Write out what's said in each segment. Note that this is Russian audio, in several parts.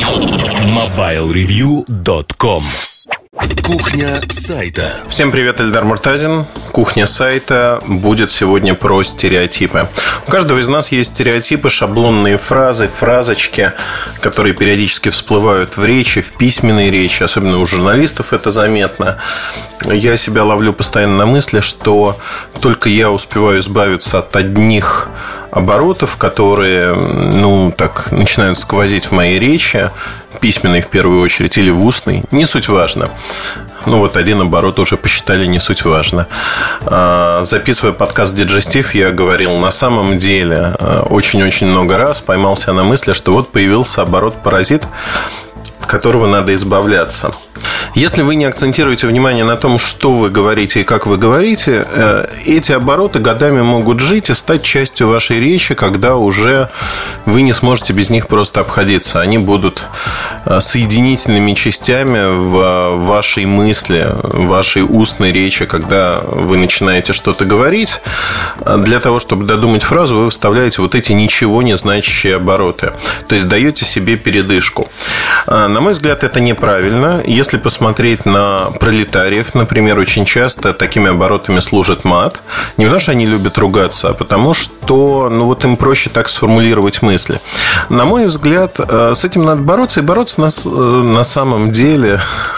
MobileReview.com. Кухня сайта. Всем привет, Эльдар Муртазин. Кухня сайта будет сегодня про стереотипы. У каждого из нас есть стереотипы, шаблонные фразы, фразочки, которые периодически всплывают в речи, в письменной речи. Особенно у журналистов это заметно. Я себя ловлю постоянно на мысли, что только я успеваю избавиться от одних оборотов, которые, начинают сквозить в моей речи, письменной в первую очередь или в устной, не суть важно. Один оборот уже посчитали, не суть важно. Записывая подкаст «Диджестив», я говорил, на самом деле, очень-очень много раз поймался на мысли, что вот появился оборот-паразит, от которого надо избавляться. Если вы не акцентируете внимание на том, что вы говорите и как вы говорите, эти обороты годами могут жить и стать частью вашей речи, когда уже вы не сможете без них просто обходиться. Они будут соединительными частями в вашей мысли, в вашей устной речи, когда вы начинаете что-то говорить. Для того, чтобы додумать фразу, вы вставляете вот эти ничего не значащие обороты. То есть даете себе передышку. На мой взгляд, это неправильно. Если посмотреть на пролетариев, например, очень часто такими оборотами служит мат. Не потому, что они любят ругаться, а потому, что им проще так сформулировать мысли. На мой взгляд, с этим надо бороться. И бороться на самом деле...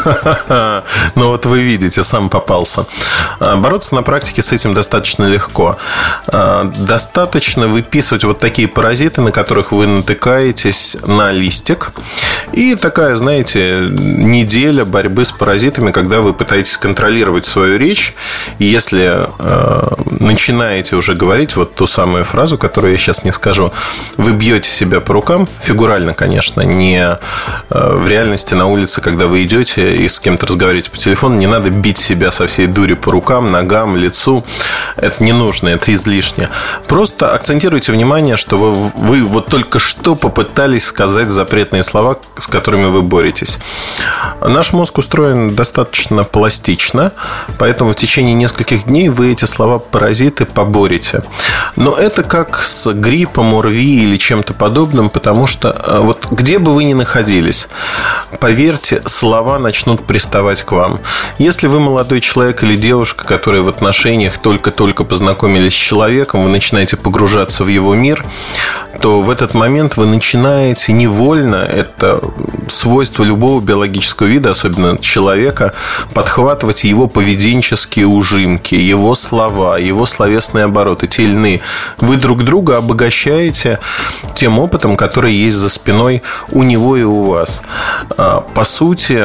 вы видите, сам попался. Бороться на практике с этим достаточно легко. Достаточно выписывать вот такие паразиты, на которых вы натыкаетесь на листик. И такая, неделя борьбы с паразитами, когда вы пытаетесь контролировать свою речь. И если начинаете уже говорить вот ту самую фразу, которую я сейчас не скажу, вы бьете себя по рукам, фигурально, конечно, не в реальности на улице, когда вы идете и с кем-то разговариваете по телефону, не надо бить себя со всей дури по рукам, ногам, лицу. Это не нужно, это излишне. Просто акцентируйте внимание, что вы вот только что попытались сказать запретные слова, с которыми вы боретесь. Наш мозг устроен достаточно пластично, поэтому в течение нескольких дней вы эти слова-паразиты поборете. Но это как с гриппом, ОРВИ или чем-то подобным, потому что где бы вы ни находились, поверьте, слова начнут приставать к вам. Если вы молодой человек или девушка, которые в отношениях только-только познакомились с человеком, вы начинаете погружаться в его мир, то в этот момент вы начинаете невольно, это свойство любого биологического вида, особенно человека, подхватывать его поведенческие ужимки, его слова, его словесные обороты, те или иные. Вы друг друга обогащаете тем опытом, который есть за спиной у него и у вас. По сути...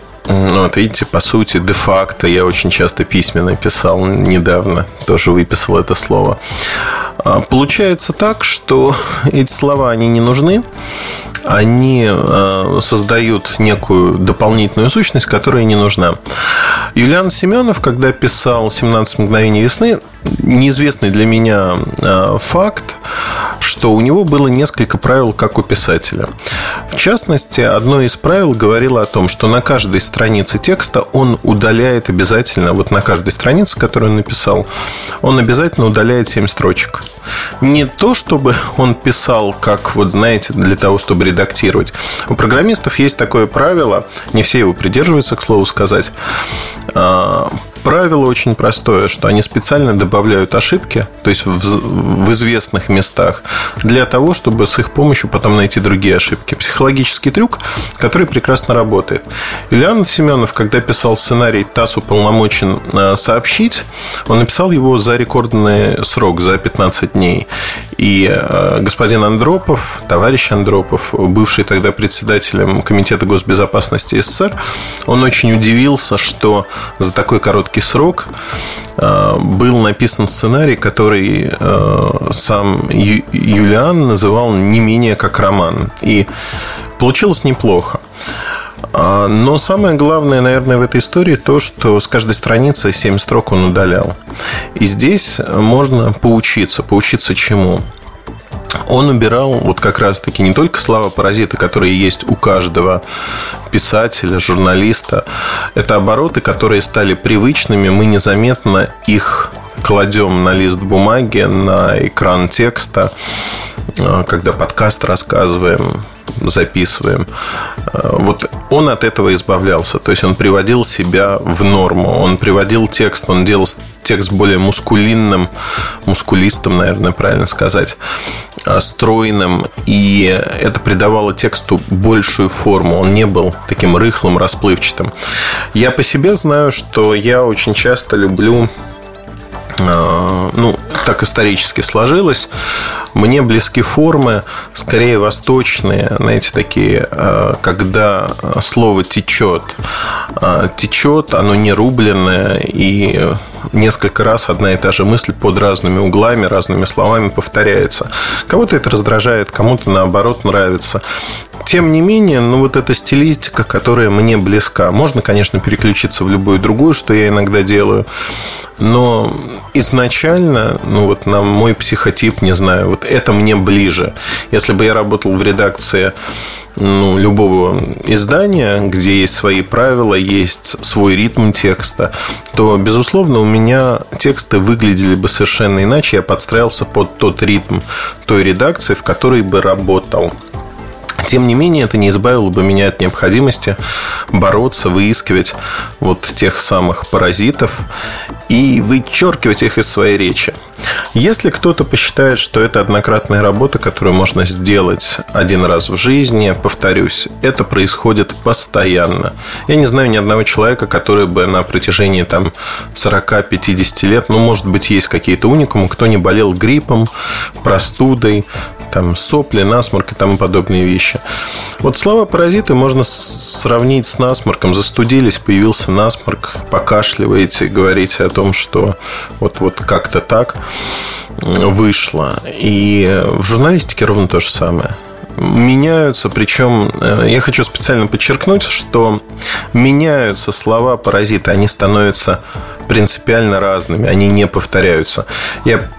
по сути, де-факто, я очень часто письменно писал недавно, тоже выписал это слово. Получается так, что эти слова, они не нужны. Они создают некую дополнительную сущность, которая не нужна. Юлиан Семенов, когда писал «17 мгновений весны», неизвестный для меня факт, что у него было несколько правил, как у писателя. В частности, одно из правил говорило о том, что на каждой странице текста он удаляет обязательно, на каждой странице, которую он написал, он обязательно удаляет 7 строчек. Не то, чтобы он писал, как, для того, чтобы редактировать. У программистов есть такое правило, не все его придерживаются, к слову сказать. Правило очень простое, что они специально добавляют ошибки, то есть в известных местах, для того, чтобы с их помощью потом найти другие ошибки. Психологический трюк, который прекрасно работает. Юлиан Семенов, когда писал сценарий «ТАСС уполномочен сообщить», он написал его за рекордный срок, за 15 дней. И господин Андропов, товарищ Андропов, бывший тогда председателем Комитета госбезопасности СССР, он очень удивился, что за такой короткий срок был написан сценарий, который сам Юлиан называл не менее как роман. И получилось неплохо. Но самое главное, наверное, в этой истории то, что с каждой страницы 7 строк он удалял. И здесь можно поучиться. Поучиться чему? Он убирал как раз-таки не только слова-паразиты, которые есть у каждого писателя, журналиста. Это обороты, которые стали привычными. Мы незаметно их кладем на лист бумаги, на экран текста. когда подкаст рассказываем, записываем. Вот он от этого избавлялся. То есть он приводил себя в норму. Он приводил текст, он делал текст более мускулистым, наверное, правильно сказать, стройным. И это придавало тексту большую форму. Он не был таким рыхлым, расплывчатым. Я по себе знаю, что я очень часто люблю... так исторически сложилось. Мне близки формы, скорее восточные, знаете, такие, когда слово течет, оно не рубленное, и несколько раз одна и та же мысль под разными углами, разными словами повторяется. Кого-то это раздражает, кому-то, наоборот, нравится. Тем не менее, вот эта стилистика, которая мне близка. Можно, конечно, переключиться в любую другую, что я иногда делаю. Но изначально, на мой психотип, не знаю, вот это мне ближе. Если бы я работал в редакции любого издания, где есть свои правила, есть свой ритм текста, то, безусловно, у меня тексты выглядели бы совершенно иначе. Я подстраивался под тот ритм той редакции, в которой бы работал. Тем не менее, это не избавило бы меня от необходимости бороться, выискивать вот тех самых паразитов и вычеркивать их из своей речи. Если кто-то посчитает, что это однократная работа, которую можно сделать один раз в жизни, повторюсь, это происходит постоянно. Я не знаю ни одного человека, который бы на протяжении 40-50 лет, может быть, есть какие-то уникумы, кто не болел гриппом, простудой, сопли, насморк и тому подобные вещи. Вот слова паразиты можно сравнить с насморком. Застудились, появился насморк, покашливаете, говорите о том, что вот как-то так вышло. И в журналистике ровно то же самое. Меняются, причем я хочу специально подчеркнуть, что меняются слова паразиты, они становятся принципиально разными, они не повторяются. Я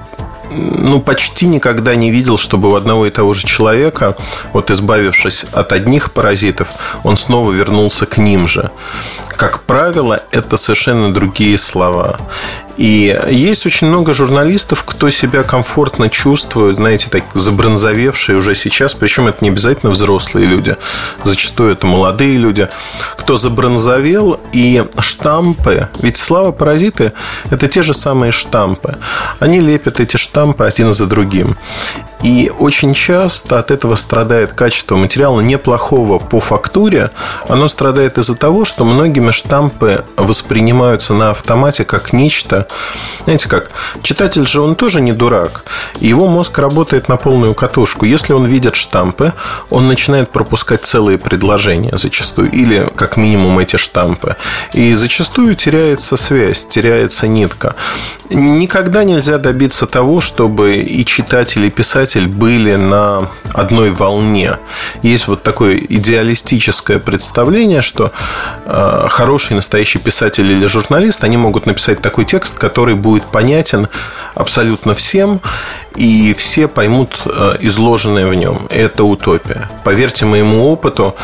почти никогда не видел, чтобы у одного и того же человека, избавившись от одних паразитов, он снова вернулся к ним же. Как правило, это совершенно другие слова. И есть очень много журналистов, кто себя комфортно чувствует, знаете, так забронзовевшие уже сейчас. Причем это не обязательно взрослые люди. Зачастую это молодые люди, кто забронзовел. И штампы, ведь слова-паразиты – это те же самые штампы. Они лепят эти штампы один за другим. И очень часто от этого страдает качество материала неплохого по фактуре. Оно страдает из-за того, что многими штампы воспринимаются на автомате как нечто. Знаете как, читатель же он тоже не дурак. И его мозг работает на полную катушку. Если он видит штампы, он начинает пропускать целые предложения зачастую. Или как минимум эти штампы. И зачастую теряется связь, теряется нитка. Никогда нельзя добиться того, чтобы и читатель, и писатель были на одной волне. Есть вот такое идеалистическое представление, что хороший настоящий писатель или журналист, они могут написать такой текст, который будет понятен абсолютно всем, и все поймут изложенное в нем. Это утопия. Поверьте моему опыту,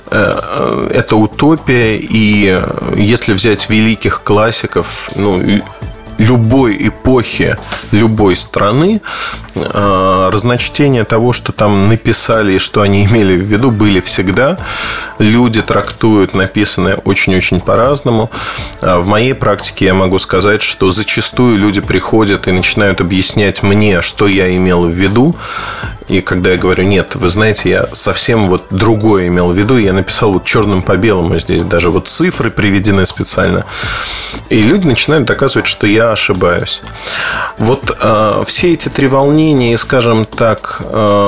это утопия. И если взять великих классиков, любой эпохи, любой страны, разночтения того, что там написали и что они имели в виду, были всегда. Люди трактуют написанное очень-очень по-разному. В моей практике я могу сказать, что зачастую люди приходят и начинают объяснять мне, что я имел в виду. И когда я говорю, нет, вы знаете, я совсем другое имел в виду, я написал черным по белому, здесь даже цифры приведены специально. И люди начинают доказывать, что я ошибаюсь. Все эти три волнения и, скажем так,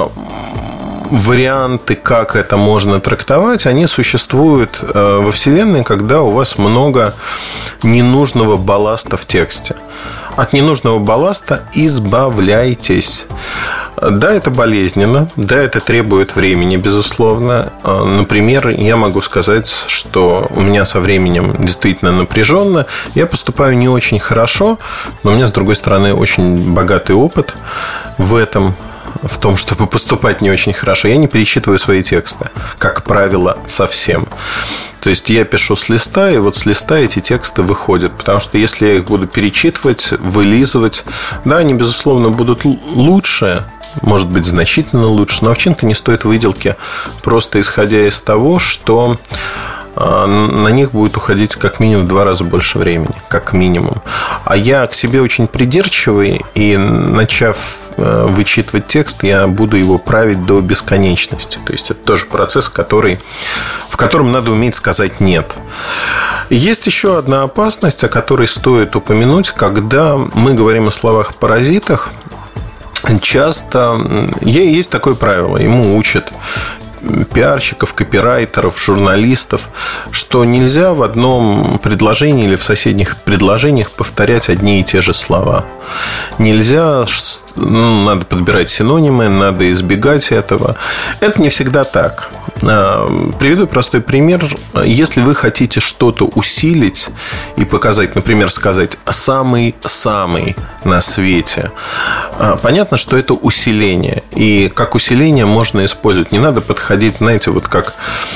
варианты, как это можно трактовать, они существуют во Вселенной, когда у вас много ненужного балласта в тексте. От ненужного балласта избавляйтесь. Да, это болезненно, да, это требует времени, безусловно. Например, я могу сказать, что у меня со временем действительно напряженно. Я поступаю не очень хорошо, но у меня, с другой стороны, очень богатый опыт в этом, в том, чтобы поступать не очень хорошо. Я не перечитываю свои тексты, как правило, совсем. То есть я пишу с листа, и с листа эти тексты выходят. Потому что если я их буду перечитывать, вылизывать, да, они, безусловно, будут лучше, может быть, значительно лучше. Но овчинка не стоит выделки, просто исходя из того, что на них будет уходить как минимум в 2 раза больше времени, как минимум. А я к себе очень придирчивый, и начав вычитывать текст, я буду его править до бесконечности. То есть это тоже процесс, в котором надо уметь сказать «нет». Есть еще одна опасность, о которой стоит упомянуть, когда мы говорим о словах-паразитах. Часто есть такое правило, ему учат пиарщиков, копирайтеров, журналистов, что нельзя в одном предложении или в соседних предложениях повторять одни и те же слова. Нельзя, надо подбирать синонимы, надо избегать этого. Это не всегда так. Приведу простой пример. Если вы хотите что-то усилить и показать, например, сказать «самый-самый на свете», понятно, что это усиление. И как усиление можно использовать. Не надо подходить, знаете, вот как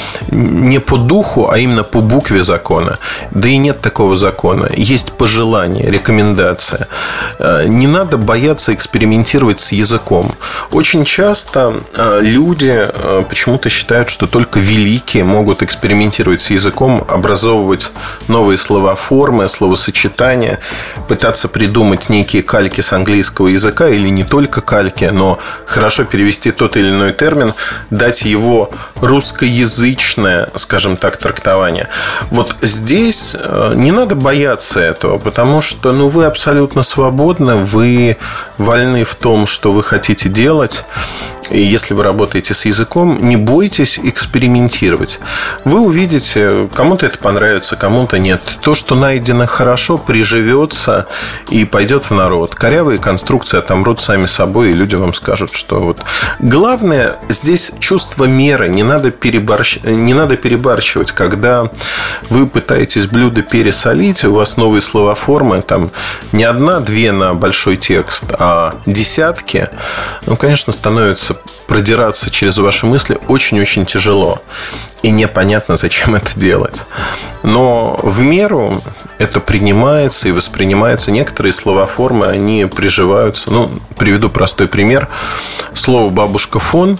не по духу, а именно по букве закона. Да и нет такого закона. Есть пожелание, рекомендация. Не надо бояться экспериментировать с языком. Очень часто люди почему-то считают, что только великие могут экспериментировать с языком, образовывать новые словоформы, словосочетания, пытаться придумать некие кальки с английского языка, или не только кальки, но хорошо перевести тот или иной термин, дать его русскоязычное, скажем так, трактование. Вот здесь не надо бояться этого, потому что вы абсолютно свободны, вы вольны в том, что вы хотите делать. И если вы работаете с языком, не бойтесь экспериментировать. Вы увидите, кому-то это понравится, кому-то нет. То, что найдено хорошо, приживется и пойдет в народ. Корявые конструкции отомрут сами собой, и люди вам скажут, что вот. Главное здесь чувство меры. Не надо перебарщивать. Когда вы пытаетесь блюдо пересолить, у вас новые словоформы, там не 1-2 на большой текст, а десятки, конечно, становится продираться через ваши мысли очень-очень тяжело. И непонятно, зачем это делать. Но в меру это принимается и воспринимается. Некоторые словоформы, они приживаются. Приведу простой пример. Слово «бабушка фон».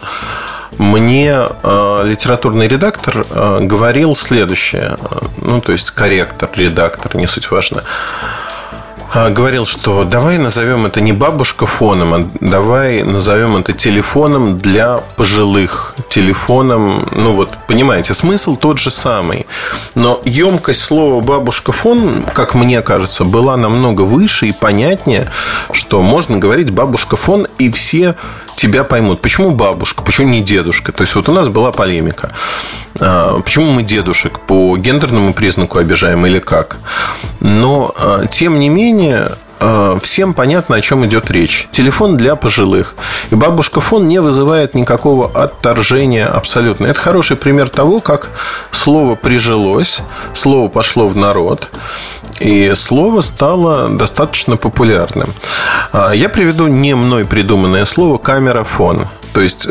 Мне литературный редактор говорил следующее. То есть корректор, редактор, не суть важно. Говорил, что давай назовем это не бабушка фоном, а давай назовем это телефоном для пожилых. Телефоном, понимаете, смысл тот же самый. Но емкость слова бабушка фон, как мне кажется, была намного выше и понятнее, что можно говорить бабушка фон, и все тебя поймут. Почему бабушка, почему не дедушка? То есть вот у нас была полемика. Почему мы дедушек по гендерному признаку обижаем или как? Но тем не менее всем понятно, о чем идет речь. Телефон для пожилых. И бабушка фон не вызывает никакого отторжения абсолютно. Это хороший пример того, как слово прижилось, слово пошло в народ, и слово стало достаточно популярным. Я приведу не мной придуманное слово «камерафон». То есть,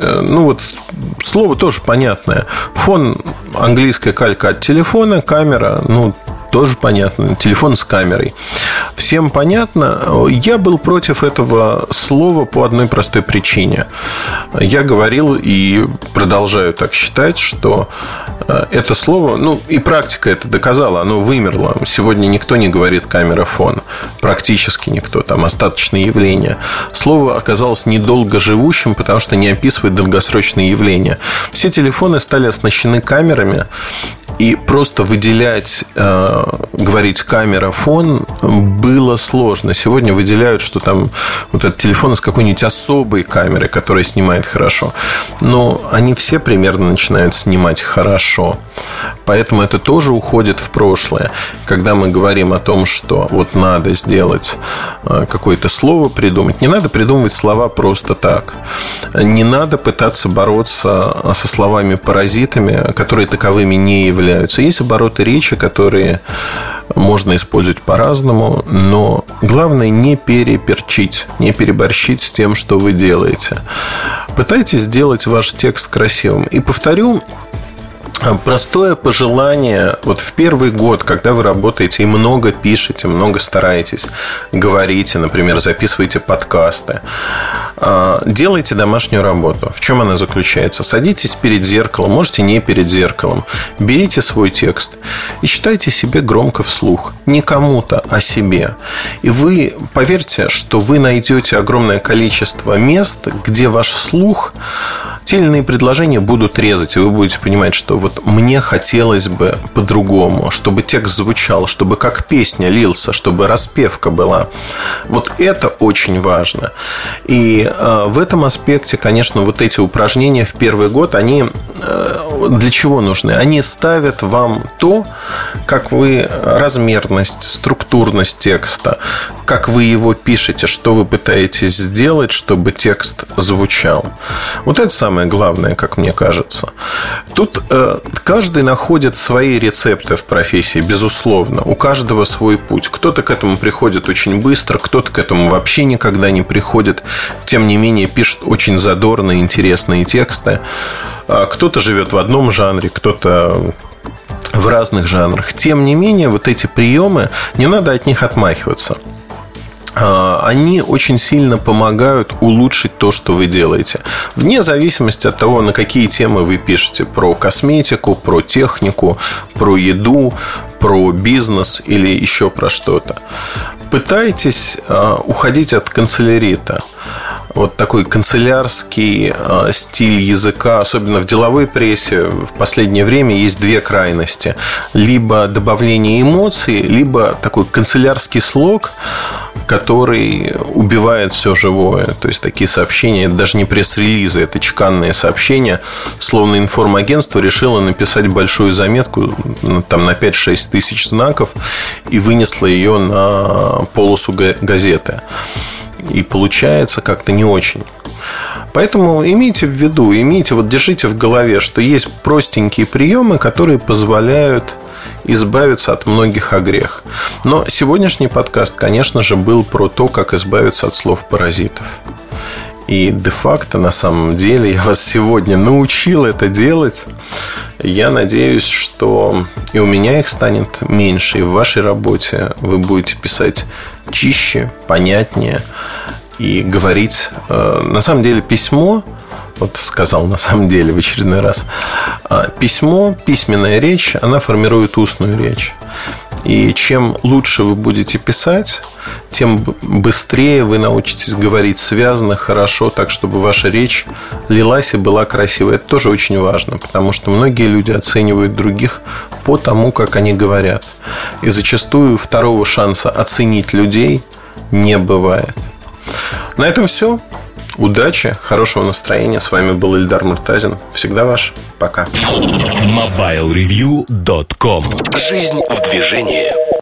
слово тоже понятное. Фон – английская калька от телефона, камера – тоже понятно. Телефон с камерой. Всем понятно. Я был против этого слова по одной простой причине. Я говорил и продолжаю так считать, что это слово, и практика это доказала, оно вымерло. Сегодня никто не говорит камерафон. Практически никто. Там остаточное явление. Слово оказалось недолго живущим, потому что не описывает долгосрочные явления. Все телефоны стали оснащены камерами. И просто выделять, говорить камерафон было сложно. Сегодня выделяют, что там вот этот телефон с какой-нибудь особой камерой, которая снимает хорошо. Но они все примерно начинают снимать хорошо. Поэтому это тоже уходит в прошлое. Когда мы говорим о том, что вот надо сделать какое-то слово, придумать. Не надо придумывать слова просто так. Не надо пытаться бороться со словами-паразитами, которые таковыми не являются. Есть обороты речи, которые можно использовать по-разному, но главное не переперчить, не переборщить с тем, что вы делаете. Пытайтесь сделать ваш текст красивым. И повторю, Простое пожелание. Вот в первый год, когда вы работаете и много пишете, много стараетесь, говорите, например, записываете подкасты, делайте домашнюю работу. В чем она заключается? Садитесь перед зеркалом, можете не перед зеркалом, берите свой текст и читайте себе громко вслух. Не кому-то, а себе. И вы, поверьте, что вы найдете огромное количество мест, где ваш слух те или иные предложения будут резать, и вы будете понимать, что вот мне хотелось бы по-другому, чтобы текст звучал, чтобы как песня лился, чтобы распевка была. Вот это очень важно. И в этом аспекте, конечно, вот эти упражнения в первый год, они для чего нужны? Они ставят вам то, как вы размерность, структурность текста, как вы его пишете, что вы пытаетесь сделать, чтобы текст звучал. Вот это самое главное, как мне кажется. Тут каждый находит свои рецепты в профессии, безусловно. У каждого свой путь. Кто-то к этому приходит очень быстро, кто-то к этому вообще никогда не приходит. Тем не менее, пишет очень задорные, интересные тексты. Кто-то живет в одном жанре, кто-то в разных жанрах. Тем не менее, вот эти приемы, не надо от них отмахиваться. Они очень сильно помогают улучшить то, что вы делаете. Вне зависимости от того, на какие темы вы пишете. Про косметику, про технику, про еду, про бизнес или еще про что-то. Пытайтесь уходить от канцелярита. Вот такой канцелярский стиль языка, особенно в деловой прессе, в последнее время есть две крайности. Либо добавление эмоций, либо такой канцелярский слог, который убивает все живое. То есть такие сообщения, это даже не пресс-релизы, это чеканные сообщения. Словно информагентство решило написать большую заметку там, на 5-6 тысяч знаков и вынесло ее на полосу газеты. И получается как-то не очень. Поэтому имейте в виду, держите в голове, что есть простенькие приемы, которые позволяют избавиться от многих огрехов. Но сегодняшний подкаст, конечно же, был про то, как избавиться от слов-паразитов. И де-факто, на самом деле, я вас сегодня научил это делать. Я надеюсь, что и у меня их станет меньше, и в вашей работе вы будете писать чище, понятнее и говорить. На самом деле, письмо, вот сказал на самом деле в очередной раз, письмо, письменная речь, она формирует устную речь. И чем лучше вы будете писать, тем быстрее вы научитесь говорить связно, хорошо, так, чтобы ваша речь лилась и была красивой. Это тоже очень важно, потому что многие люди оценивают других по тому, как они говорят. И зачастую второго шанса оценить людей не бывает. На этом все. Удачи, хорошего настроения. С вами был Эльдар Муртазин. Всегда ваш. Пока. MobileReview.com. Жизнь в движении.